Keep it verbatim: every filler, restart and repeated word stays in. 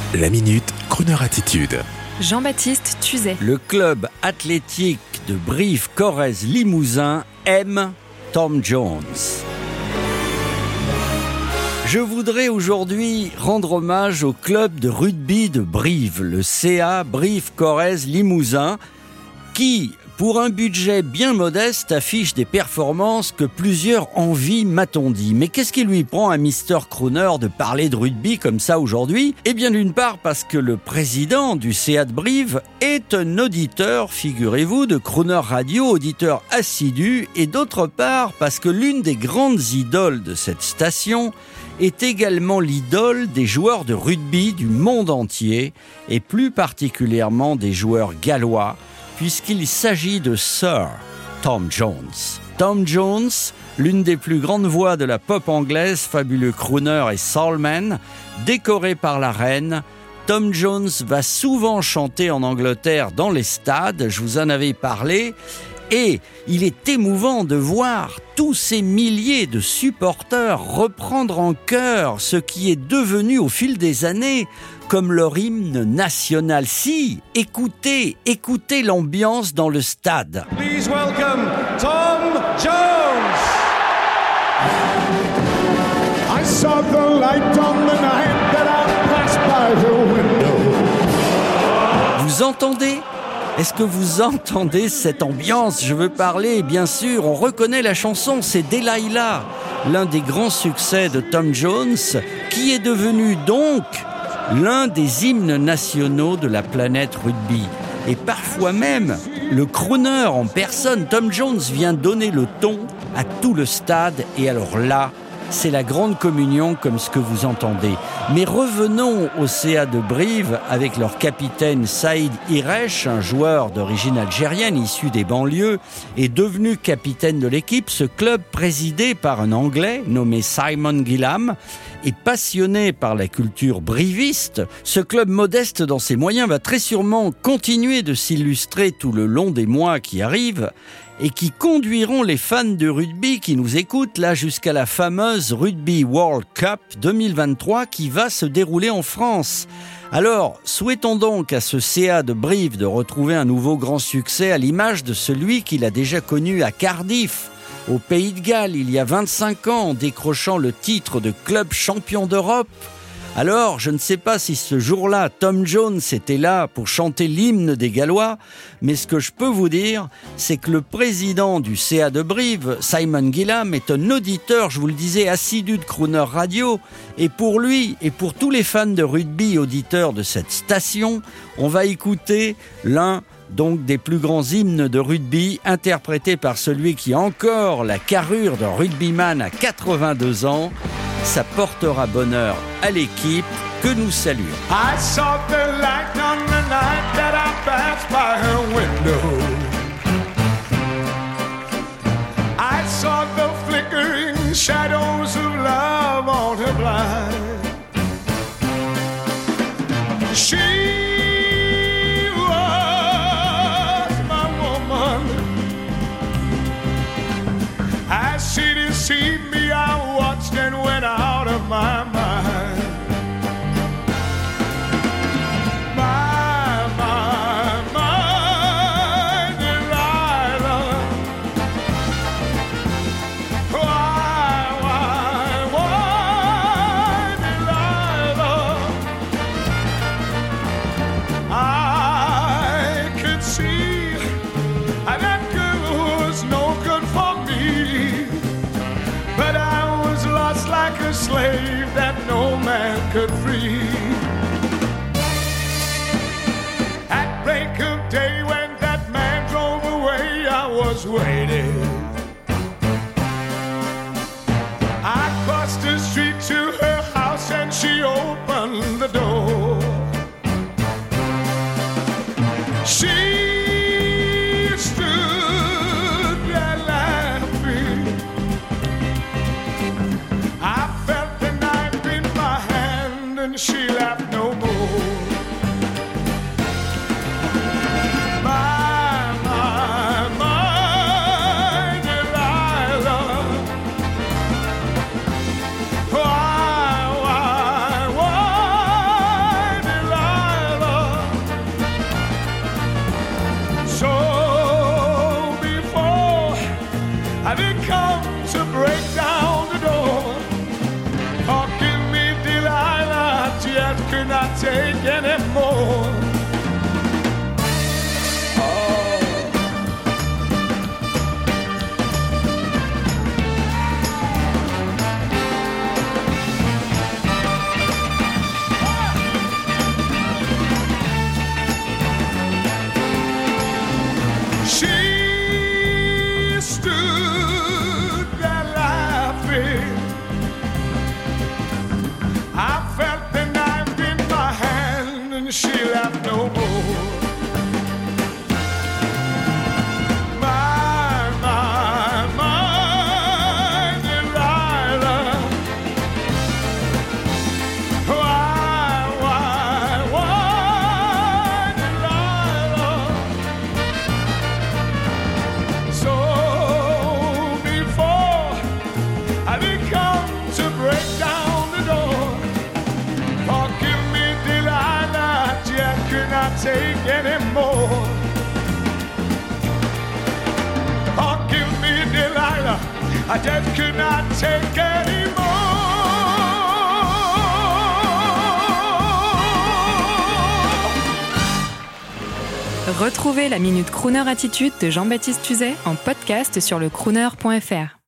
La Minute Crooner Attitude. Jean-Baptiste Tuzet. Le club athlétique de Brive-Corrèze-Limousin aime Tom Jones. Je voudrais aujourd'hui rendre hommage au club de rugby de Brive, le C A Brive-Corrèze-Limousin, qui, pour un budget bien modeste, affiche des performances que plusieurs envient, m'a-t-on dit. Mais qu'est-ce qui lui prend à mister Crooner de parler de rugby comme ça aujourd'hui ? Eh bien, d'une part, parce que le président du C A de Brive est un auditeur, figurez-vous, de Crooner Radio, auditeur assidu, et d'autre part, parce que l'une des grandes idoles de cette station est également l'idole des joueurs de rugby du monde entier, et plus particulièrement des joueurs gallois, puisqu'il s'agit de Sir Tom Jones. Tom Jones, l'une des plus grandes voix de la pop anglaise, fabuleux crooner et soulman, décoré par la reine, Tom Jones va souvent chanter en Angleterre dans les stades, je vous en avais parlé, et il est émouvant de voir tous ces milliers de supporters reprendre en chœur ce qui est devenu au fil des années comme leur hymne national. Si, écoutez, écoutez l'ambiance dans le stade. Please welcome Tom Jones. I saw the light on the night that I passed by her window. Vous entendez ? Est-ce que vous entendez cette ambiance ? Je veux parler, bien sûr, on reconnaît la chanson, c'est Delilah, l'un des grands succès de Tom Jones, qui est devenu donc l'un des hymnes nationaux de la planète rugby. Et parfois même, le crooner en personne, Tom Jones, vient donner le ton à tout le stade. Et alors là, c'est la grande communion comme ce que vous entendez. Mais revenons au C A de Brive avec leur capitaine Saïd Iresh, un joueur d'origine algérienne issu des banlieues et devenu capitaine de l'équipe. Ce club présidé par un Anglais nommé Simon Gillam et passionné par la culture briviste, ce club modeste dans ses moyens va très sûrement continuer de s'illustrer tout le long des mois qui arrivent et qui conduiront les fans de rugby qui nous écoutent là jusqu'à la fameuse Rugby World Cup deux mille vingt-trois qui va se dérouler en France. Alors, souhaitons donc à ce C A de Brive de retrouver un nouveau grand succès à l'image de celui qu'il a déjà connu à Cardiff, au Pays de Galles, il y a vingt-cinq ans, en décrochant le titre de club champion d'Europe. Alors, je ne sais pas si ce jour-là, Tom Jones était là pour chanter l'hymne des Gallois, mais ce que je peux vous dire, c'est que le président du C A de Brive, Simon Gillam, est un auditeur, je vous le disais, assidu de Crooner Radio, et pour lui et pour tous les fans de rugby auditeurs de cette station, on va écouter l'un donc des plus grands hymnes de rugby, interprété par celui qui a encore la carrure d'un rugbyman à quatre-vingt-deux ans. Ça portera bonheur à l'équipe que nous saluons. I saw the light on the night that I passed by her window. I saw the flickering shadows of love on her blind. She was my woman. As she deceived me, I watched and went out of my mind. My, my, my Delilah. Why, why, why Delilah? I could see that girl was no good for me, but I was lost like a slave that no man could free. At break of day when that man drove away, I was waiting. I crossed the street to her house and she opened the door. She stood there laughing. I felt the knife in my hand and she laughed no more. My, my, my Delilah. Why, why, why could not take anymore. She stood there laughing. I felt the knife in my hand and she laughed no more. My, my, my Delilah. Why, why, why Delilah? So before I did come to break down the door, forgive me, Delilah, I could not take anymore. Forgive me, Delilah, I just could not take anymore. Retrouvez la Minute Crooner Attitude de Jean-Baptiste Tuzet en podcast sur le crooner point f r.